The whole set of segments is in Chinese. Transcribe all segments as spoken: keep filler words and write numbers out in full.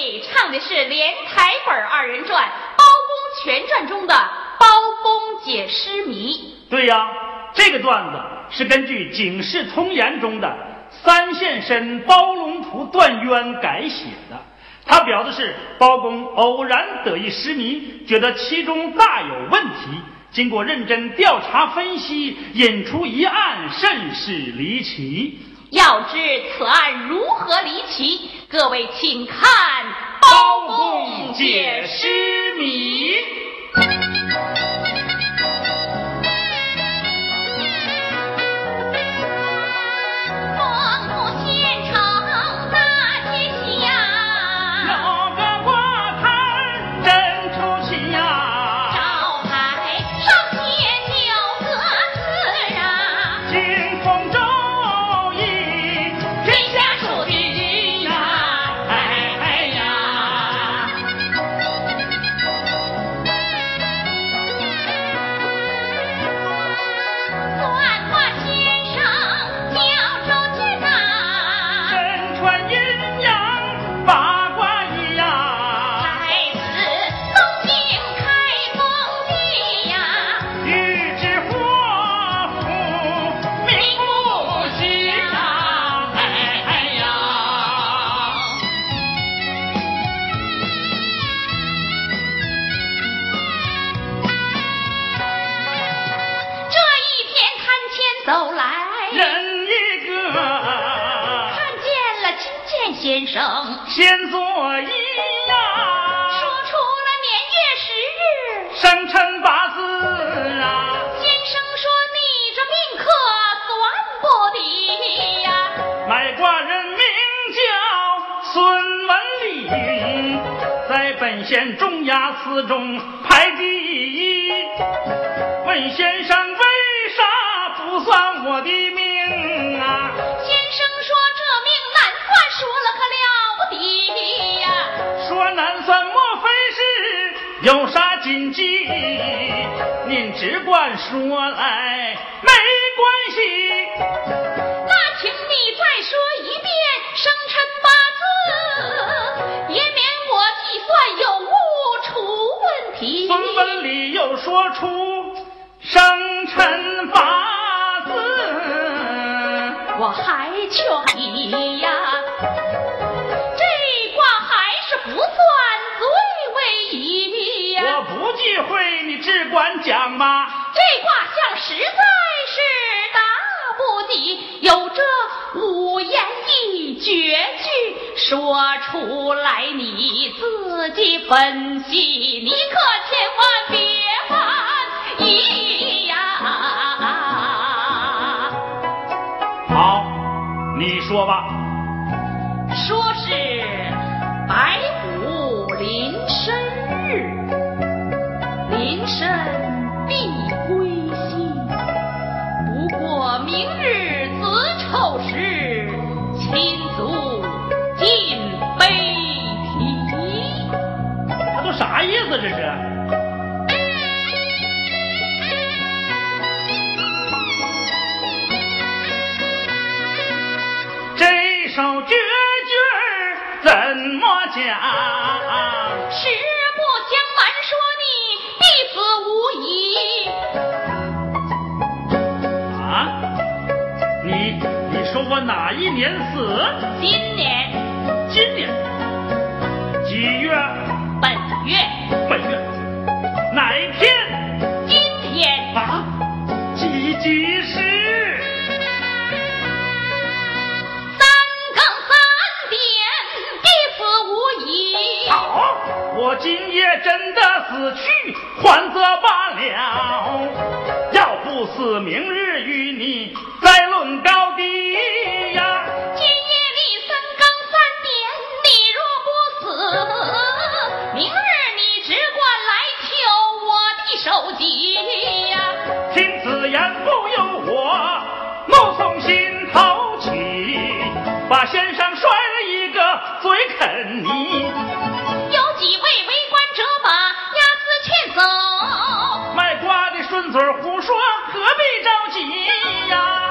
位唱的是连台本二人转《包公全传》中的包公解诗谜。 对呀，这个段子是根据《警世通言》中的三现身包龙图断冤改写的。他表的是包公偶然得一诗谜，觉得其中大有问题，经过认真调查分析，引出一案甚是离奇。 要知此案如何离奇，各位请看包公解诗谜。 先生先作揖呀， 说出了年月时日， 生辰八字啊。 先生说你这命可算不的呀。 卖瓜人名叫孙文礼，在本县中雅四中排第一。问先生为啥不算我的命啊？ 先生说这命难算，说了可了不得呀。 说难算莫非是有啥禁忌？您只管说来没关系。 那请你再说一遍生辰八字，也免我计算有误出问题。 孙文礼又说出生辰八字， 我还求你呀，这卦还是不算最为宜呀。 我不忌讳，你只管讲吧。 这卦象实在是大不吉，有这五言一绝句，说出来你自己分析，你可千万别犯意呀。 好，你说吧。 说是白虎临申日，临申必归西。不过明日子丑时，亲族尽悲啼。 这都啥意思？这是？这首绝句怎么讲？ 实不相瞒说你必死无疑。 啊？你你说我哪一年死？ 今年今年几月？ 本月本月哪一天？ 今天啊？几几时？ 三更三点必死无疑。 好，我今夜真的死去，还则罢了。要不死，明日与你再论高低呀。 今夜里三更三点，你若不死，明日你只管来求我的首级呀。 听此言不由我怒从心头起，把先生摔了一个嘴啃泥。 有几位为官者把押司劝走， 卖瓜的顺嘴胡说，何必着急呀？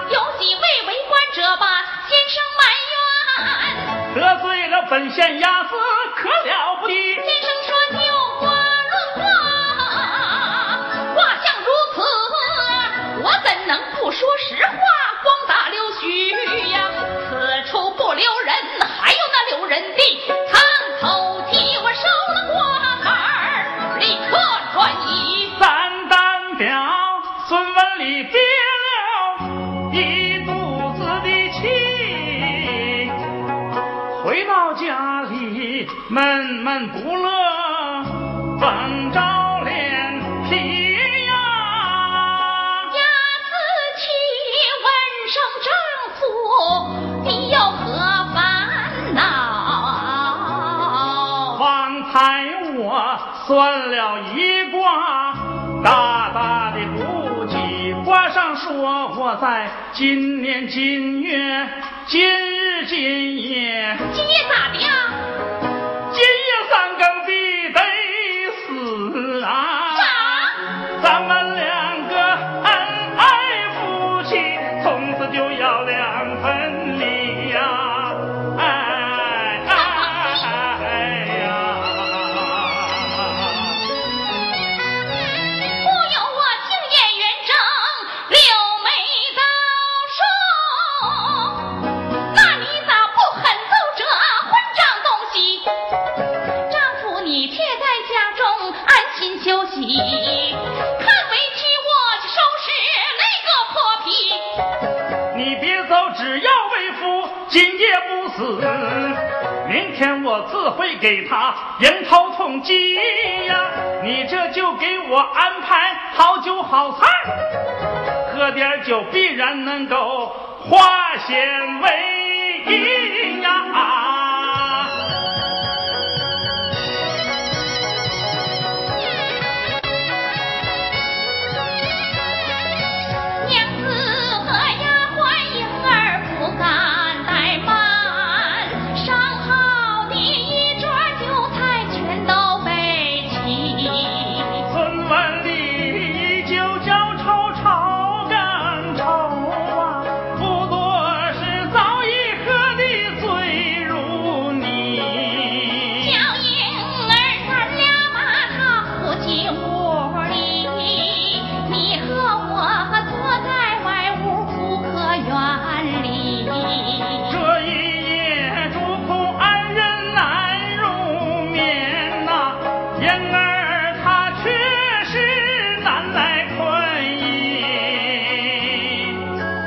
了本县衙司，可了不得。 先生说酒话论话，话像如此，我怎能不说实话？光打溜须呀，此处不留人，还有那留人的。看头替我收了瓜坎儿，立刻转移。 三单表，孙文礼憋了一肚子的气，回到家里闷闷不乐，绷着脸皮呀。 呀，自己问声丈夫，你有何烦恼？ 方才我算了一卦，大大的不吉。卦上说我在今年今月今日今夜， 今夜咋的呀？ 今夜三更必得死啊！ 啥？ 咱们两个恩爱夫妻，从此就要两分离呀！哎哎哎呀！ 不由我敬业元正，柳眉倒竖。那你咋不狠揍这混账东西？丈夫你且在家中安心休息，看委屈我去收拾那个破皮。 你别走，只要为夫今夜不死，明天我自会给他迎头痛击呀！你这就给我安排好酒好菜，喝点酒必然能够化险为夷呀！ 娘子和丫鬟婴儿不敢怠慢，上好的一桌酒菜全都备齐。 孙文礼就叫抽炒更愁啊，不多时早已喝得醉如泥。 小婴儿咱俩把他扶进屋里，你和我坐在外屋不可远离。 这一夜主恐二人难入眠呐、婴儿他却是难来困意。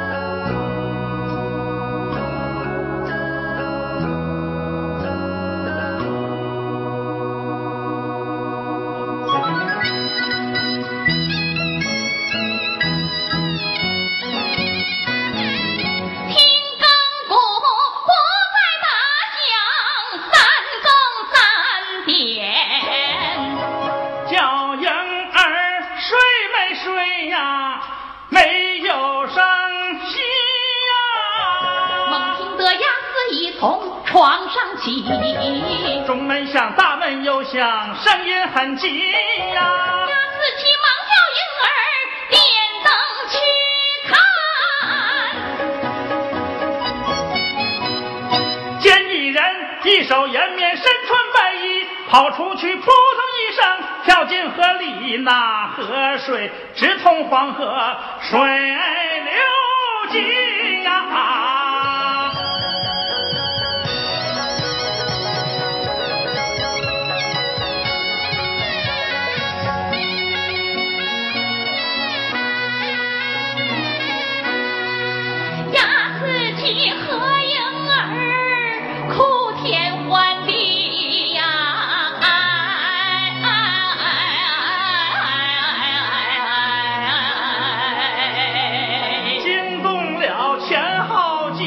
听更鼓不再打响，三更三点。 叫婴儿睡没睡呀？没有声息呀。 猛听得呀嘶一从床上起， 中门响，大门又响，声音很急呀。 呀自己忙叫婴儿点灯去看。 见一人一手颜面，身穿白衣，跑出去扑通一声跳进河里，那河水直通黄河水流急呀。 呀自己和婴儿哭天唤地呀，哎哎哎哎哎哎惊动了前后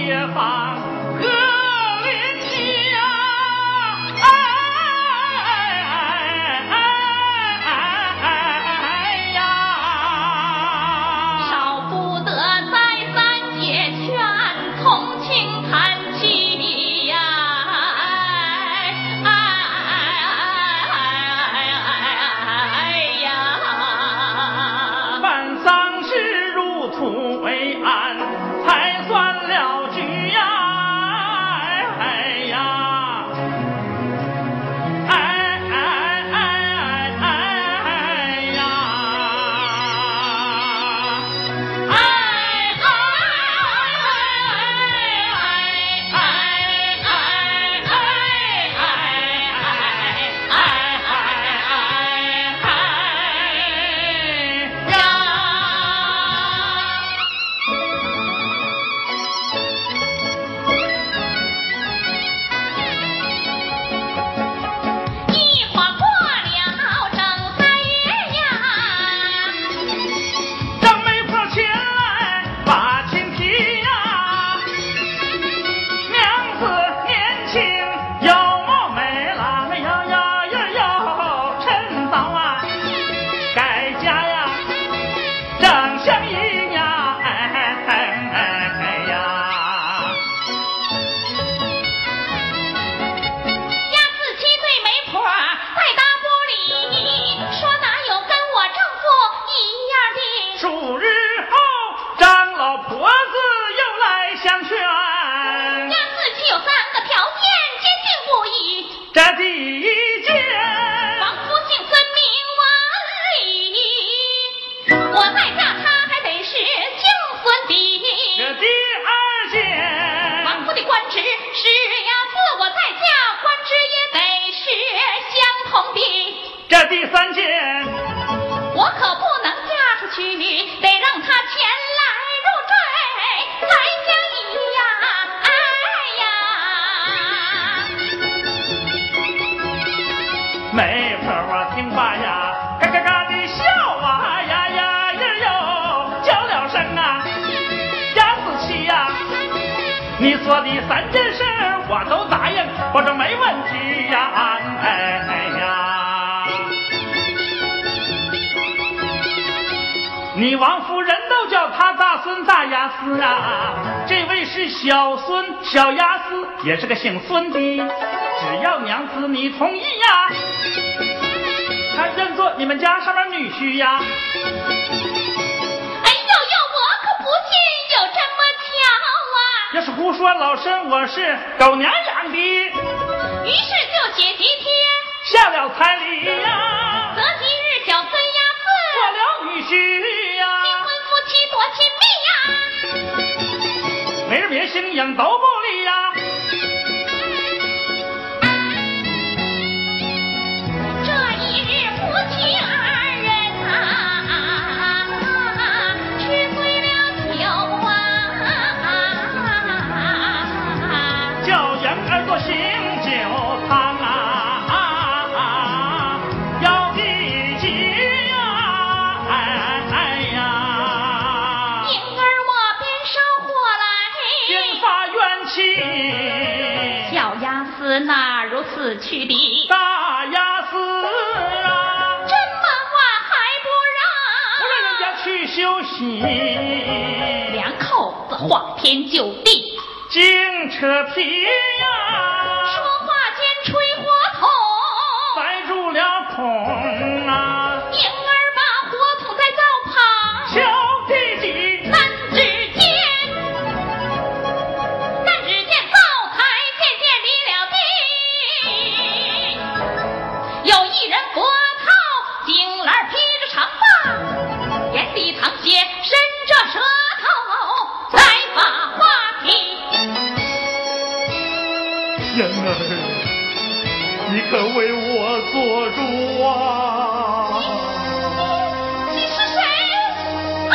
这第三件， 我可不能嫁出去，得让他前来入赘，才相宜呀！哎呀， 媒婆我听罢呀，嘎嘎嘎的笑啊呀呀呀哟，叫了声啊，呀死气呀！你说的三件事我都答应，保证没问题呀！哎哎呀！你王夫人都叫他大孙大雅思啊，这位是小孙小雅思，也是个姓孙的。只要娘子你同意呀，他认作你们家上面女婿呀。 哎呦呦，我可不信有这么巧啊！ 要是胡说，老身我是狗娘养的。于是就写几天下了彩礼呀， 择吉日小孙雅做了女婿呀， 新婚夫妻多亲密呀， 没人别姓养都不离呀。 这一日夫妻二人啊，吃醉了酒啊， 叫婴儿做醒酒汤啊，要地急呀，哎哎呀！ 婴儿我便烧火来， 引发怨气。 小雅思哪如此去的？ 大雅思啊， 这么话还不不让人家去休息， 让？两口子晃天就地， 净扯皮呀， 说话间吹火筒， 塞住了孔啊， 婴儿把火筒在灶旁， 小弟弟三指间，三指间灶台渐渐离了地，有一人脖套颈栏披着长发，眼里淌血伸着舌头来把话题。 婴儿，你可为我做主啊！ 你是谁？啊！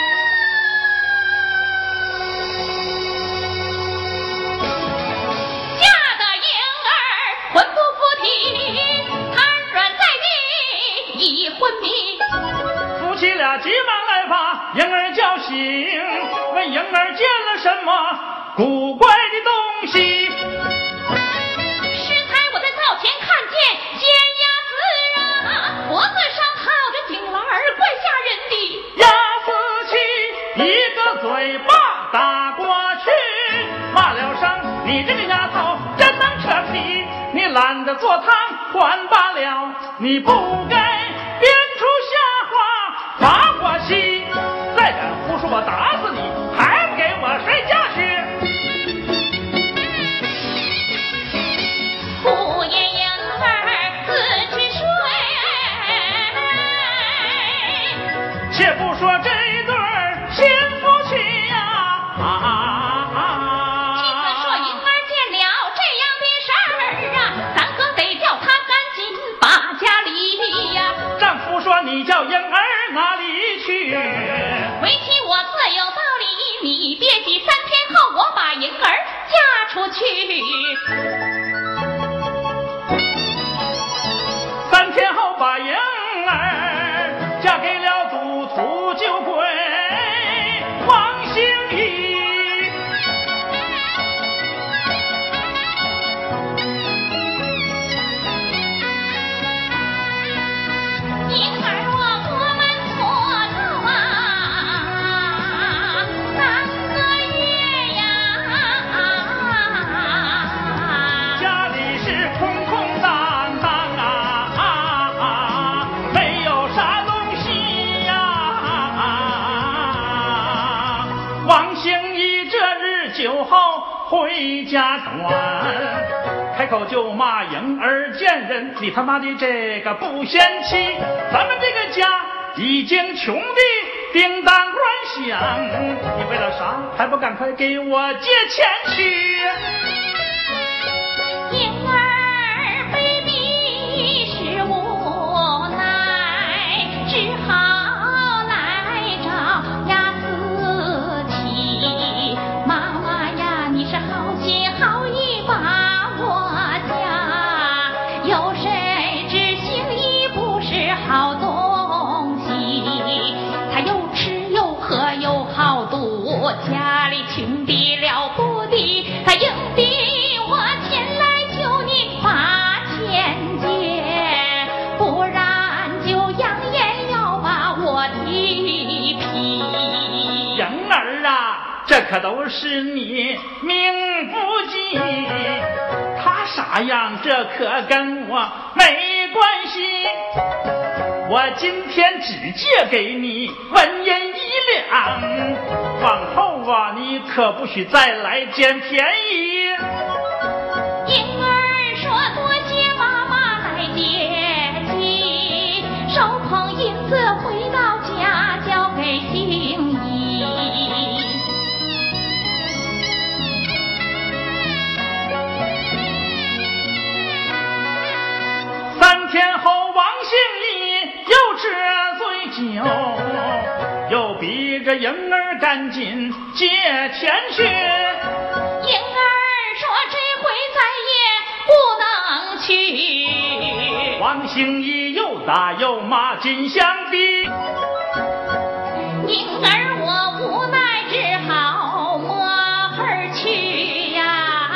嫁的婴儿魂不附体，瘫软在地已昏迷。 夫妻俩急忙来把婴儿叫醒，问婴儿见了什么古怪的东西。 适才我在灶前看见尖鸭子啊，脖子上套着颈栏儿，怪吓人的。 鸭死气，一个嘴巴打过去，骂了声：“你这个丫头真能扯皮，你懒得做汤还罢了，你不该编出瞎话麻花戏，再敢胡说我打死你，还不给我睡觉去！” 不言婴儿自去睡， 且不说这对儿新夫妻呀，啊啊！ 听闻说婴儿见了这样的事儿啊，咱哥得叫他赶紧把家离呀。 丈夫说：“你叫婴儿哪里去？” 为妻我自有道理，你别急，三天后我把婴儿嫁出去。 三天后把婴儿嫁给了赌徒酒鬼王兴义。 婴儿我国门错到啊三个月呀， 家里是空空荡荡啊，没有啥东西呀。王兴义这日酒后回家端，开口就骂婴儿贱人，你他妈的这个不贤妻，咱们这个家已经穷的叮当乱响，你为了啥还不赶快给我借钱去？ 婴儿卑鄙是我有谁知行医不是好东西？他又吃又喝又好赌，家里穷的了不得，他硬逼我前来求你把钱借，不然就扬言要把我提皮。 莹儿啊，这可都是你命不济，他啥样这可跟我没关系，我今天只借给你文银一两，往后啊你可不许再来捡便宜。 婴儿说多谢妈妈来接济，手捧银子回到家交给行医。 三天后王姓义又吃醉酒，又逼着婴儿赶紧借钱去。 婴儿说这回再也不能去， 王姓义又打又骂紧相逼， 婴儿我无奈只好摸儿去呀。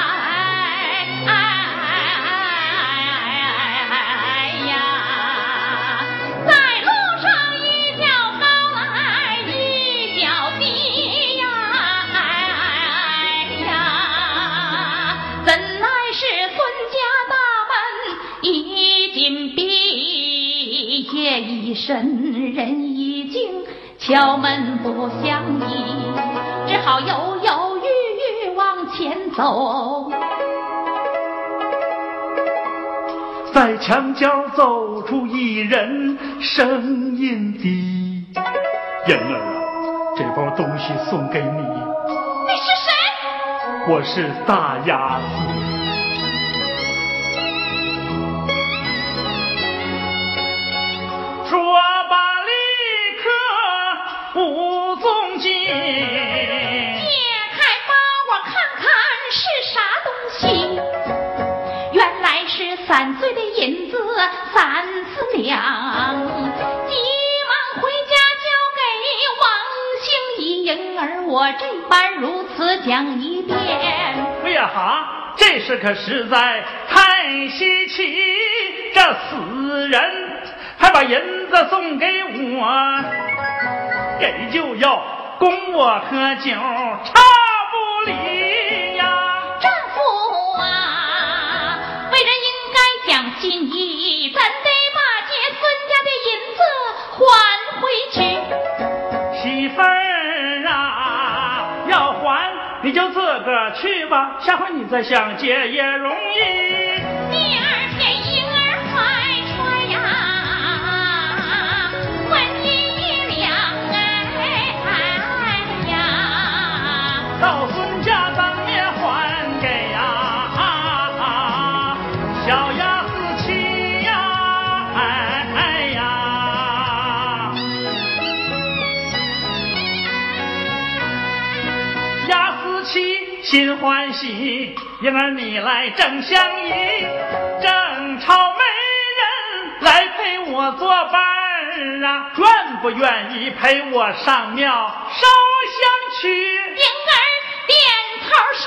一身人已经敲门不响应，只好犹犹豫豫往前走， 在墙角走出一人，声音低：莹儿啊，这包东西送给你。 你是谁？ 我是大衙司。说罢立刻无踪迹， 解开包我看看是啥东西，原来是三岁的银子三四两，急忙回家交给王姓一婴儿，我这般如此讲一遍。 哎呀哈，这事可实在太稀奇，这死人还把银子送给我，给就要供我喝酒，差不离呀。 丈夫啊，为人应该讲心意，咱得把姐孙家的银子还回去。 媳妇儿啊，要还你就自个儿去吧，下回你再想借也容易。 第二天婴儿怀揣呀，文银一两哎呀， 到孙家当面还给呀，啊、小衙司妻呀，哎哎呀，衙司妻心欢喜，婴儿你来正相宜，正朝媒人来陪我作伴儿啊，愿不愿意陪我上庙烧香去？ 婴儿点头说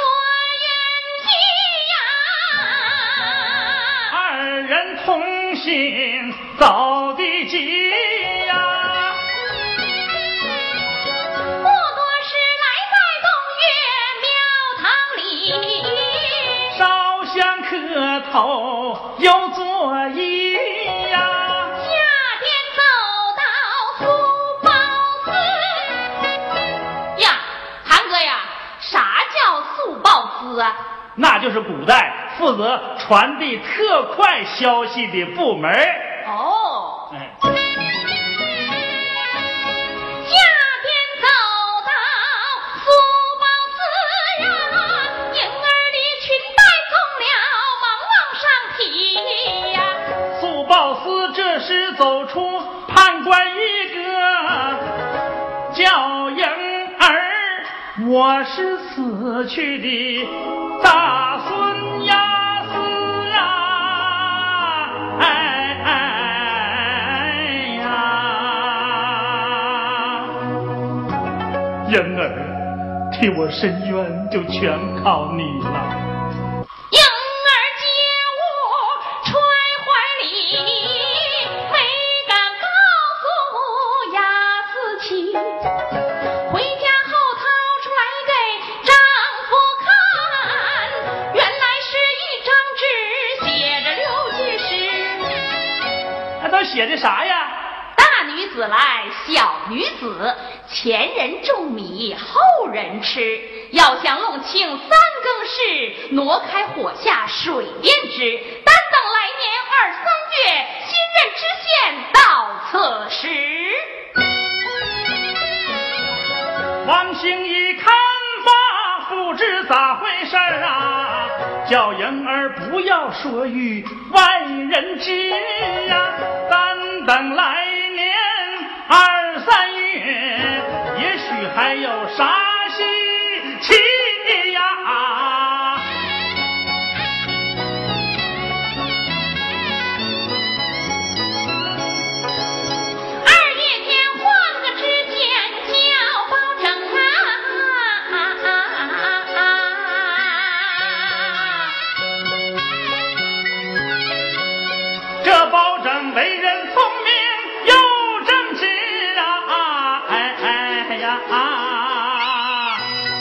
愿意呀， 二人同行走的急呀， 不多时来在东岳庙堂里， 烧香磕头又作揖呀。 下殿走到苏包司呀，韩哥呀，啥叫速报司啊？ 那就是古代负责传递特快消息的部门。 哦， 哎， 下殿走到苏包司呀，婴儿的裙带松了，忙往上提呀。 速报司这时走出判官一个，叫婴儿，我是死去的大孙押司啊。 人儿，替我伸冤就全靠你了。 婴儿接我揣怀里，没敢告诉雅思琪。回家后掏出来给丈夫看，原来是一张纸，写着六句诗。 那都写的啥呀？ 大女子来，小女子，前人种米，后人吃。要想弄清三更事，挪开火下水便知。单等来年二三月，新任知县到此时。 王兴一看吧，不知咋回事啊，叫婴儿不要说与外人知呀，单等来年二三月，也许还有啥稀奇呀。 二月天换个知县叫包拯啊， 这包拯为人聪明又正直啊，哎哎呀啊！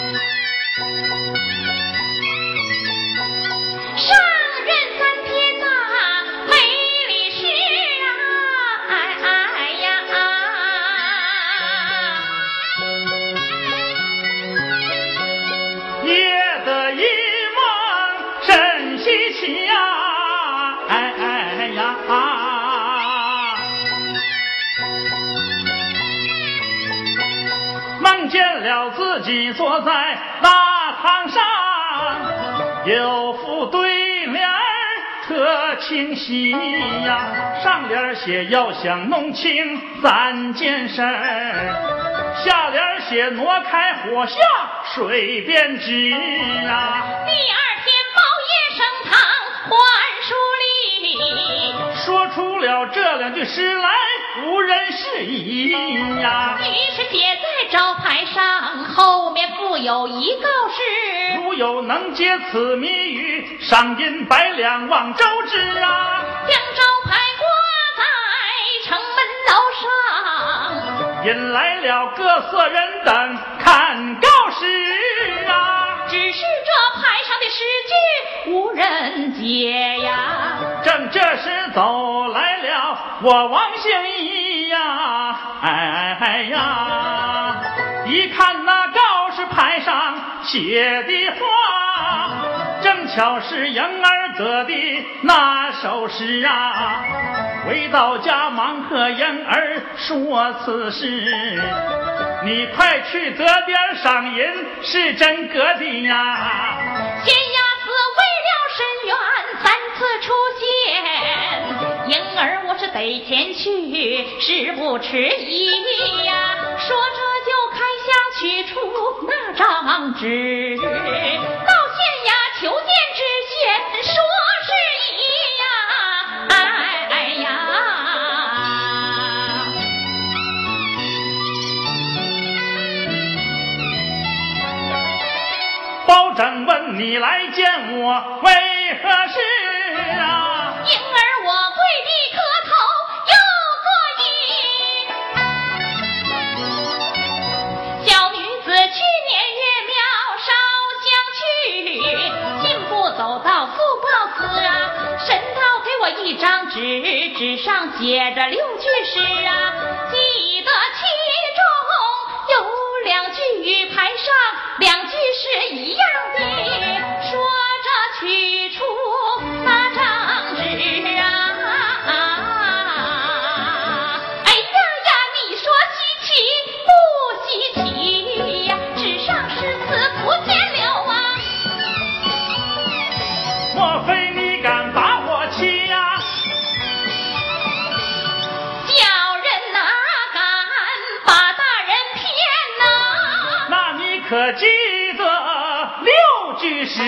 上任三天呐、没理事啊，哎哎呀啊！ 夜的一梦甚稀奇呀，哎哎呀啊！梦见了自己坐在大堂上，有副对联儿特清晰呀，上联写要想弄清三件事儿，下联写挪开火下水便知啊。 第二天包夜升堂还书里， 说出了这两句诗来，无人适宜呀。 于是写在招牌上，后面附有一告示： 如有能解此谜语，赏银百两望周知啊。 将招牌挂在城门楼上， 引来了各色人等看告示啊。 只是这牌上的诗句无人解呀。 正这时走来了我王兴义呀，哎哎呀！一看那告示牌上写的话，正巧是婴儿得的那首诗啊。回到家忙和婴儿说此事，你快去得点赏银，是真格的呀。 县衙司为了申冤，三次出现，婴儿我是得前去，事不迟疑呀。说着就开箱取出那张纸，到县衙求见知县，说是一呀，哎哎呀。 包拯问你来见我为何事啊？ 婴儿我跪地磕头又作揖，小女子去年月庙烧香去，进步走到速告辞啊，神道给我一张纸，纸上写着六句诗啊，记得其中有两句牌上两句是一样的，说着取出那张纸啊，哎呀呀，你说稀奇不稀奇呀？纸上诗词不见了啊！ 莫非你敢把我欺呀？ 小人哪敢把大人骗呐？ 那你可记得六句诗？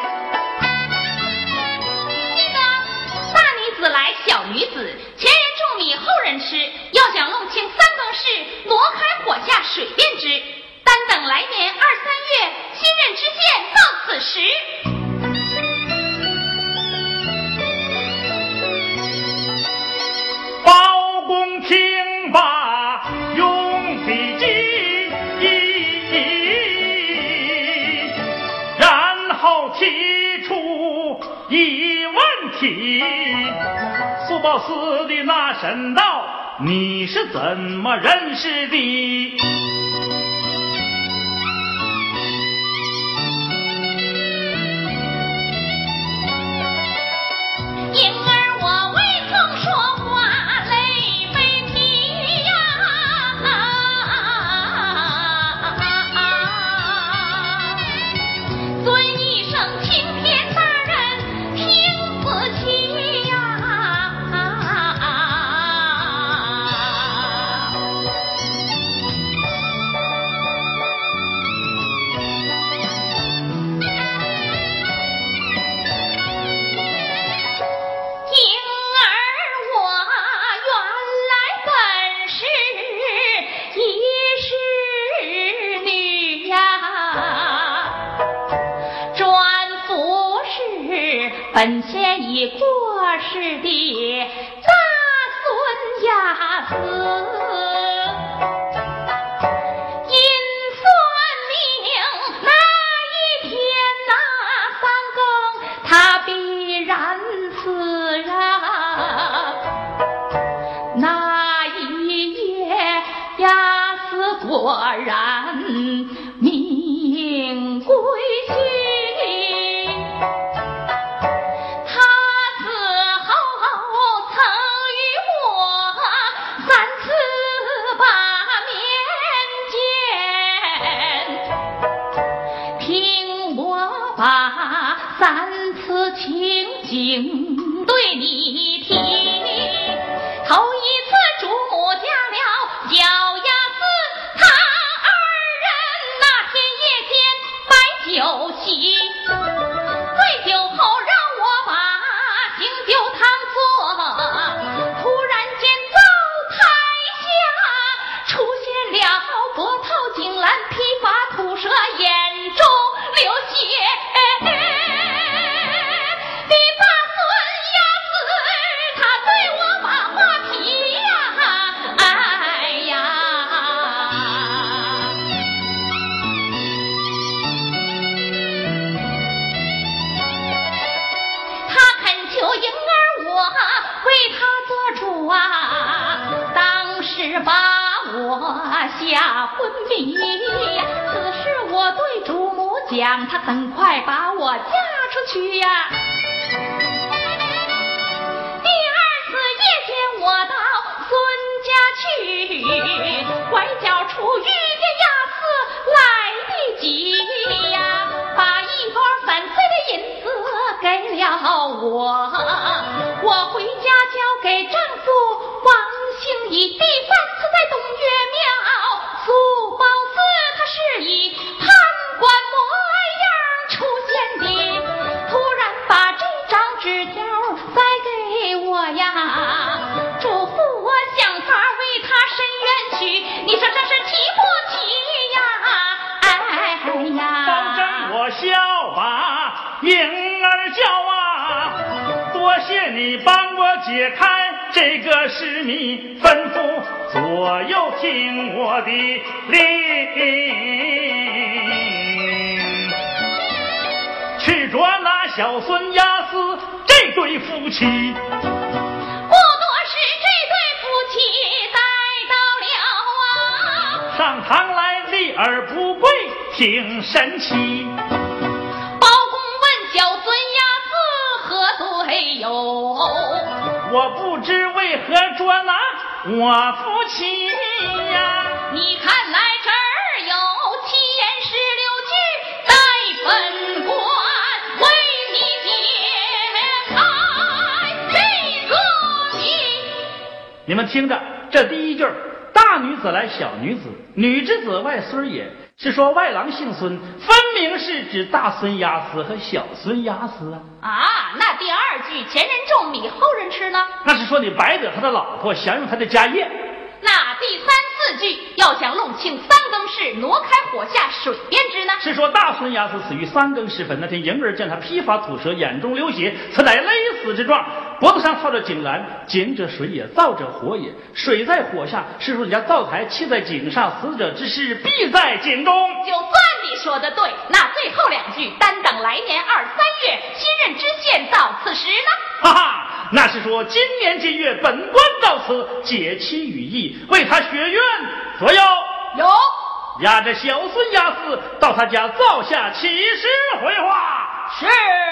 记得大女子来，小女子，前人种米，后人吃。要想弄清三更事，挪开火下水便知。单包公听罢用笔记，然后提出一问题：苏宝司的那神道，你是怎么认识的？ 婴儿我未曾说话，泪飞啼呀！尊一声青天大人听仔细呀！本县已过世的大孙亚斯，因算命那一天那三更他必然死啊！那一夜亚斯果然命归西。情景对你提，头一次主母嫁了小亚斯，他二人那天夜间摆酒席，醉酒后让我把敬酒堂坐，突然间灶台下出现了波涛惊澜、披发吐舌、眼中流血把我吓昏迷，此时我对主母讲，她很快把我嫁出去呀。第二次夜间我到孙家去，拐角处遇见亚斯来得及呀，把一包粉碎的银子给了我，我回家交给丈夫王姓以第三次在东岳庙，苏宝司他是以判官模样出现的，突然把这张纸条塞给我呀，嘱咐我想法为他伸冤屈，你说这是奇不奇呀？哎呀， 保证我笑吧，婴儿叫啊，多谢你帮我解开这个是你吩咐，左右听我的令，去捉拿小孙亚斯这对夫妻。 不多时，这对夫妻带到了啊， 上堂来立而不跪，挺神奇。 包公问小孙亚斯何罪有？ 我不知为何捉拿我夫妻呀！ 你看来这儿有七言十六句，待本官为你解开这个谜。 你们听着，这第一句，大女子来小女子，女之子外孙也，是说外郎姓孙，分明是指大孙亚斯和小孙亚斯啊！ 啊，那第二句前人种米后人吃呢？ 那是说你白得他的老婆，享用他的家业。 那第三次四句，要想弄清三更事，挪开火下水便知呢。 是说大孙押司死于三更时分，那天婴儿见他披发吐舌，眼中流血，此乃勒死之状，脖子上套着井栏，井者水也，灶者火也，水在火下，是说人家灶台砌在井上，死者之尸必在井中。 就算你说的对，那最后两句单等来年二三月新任知县到此时呢。 哈哈，那是说今年今月本官到此解其羽翼，为他学院左右。 有押着小孙押司到他家灶下起誓回话。 是。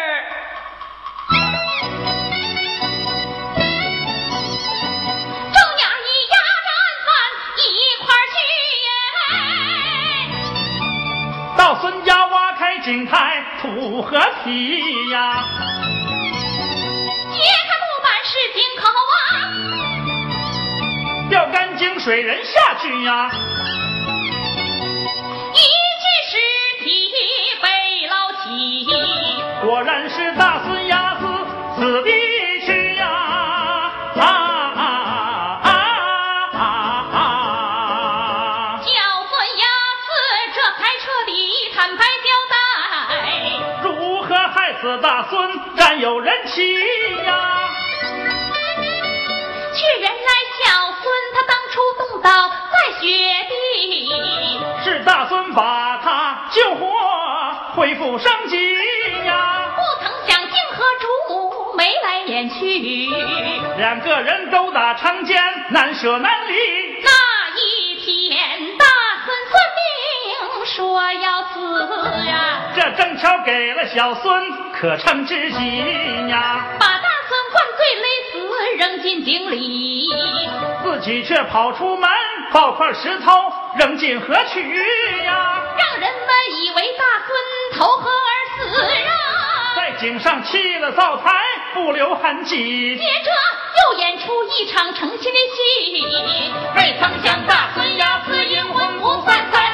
众衙役押着案犯一块去耶。 到孙家挖开井台土和皮呀， 揭开木板是井口啊， 调干井水人下去呀。 一具尸体被捞起， 果然是大孙押司死地去呀！啊啊啊啊啊！ 小孙押司这才彻底坦白交代， 如何害死大孙，占有人欺呀？ 却原来小孙他当初动刀在雪地， 是大孙把他救活，恢复生机呀！ 不曾想竟和主母眉来眼去， 两个人勾搭成奸，难舍难离。 那一天大孙算命说要死呀， 这正巧给了小孙可乘之喜呀， 把大孙灌醉勒死扔进井里， 自己却跑出门抱块石头扔进河去呀， 让人们以为大孙投河而死啊， 在井上砌了灶台不留痕迹， 接着又演出一场成亲的戏，未曾想大孙押司阴魂不散，在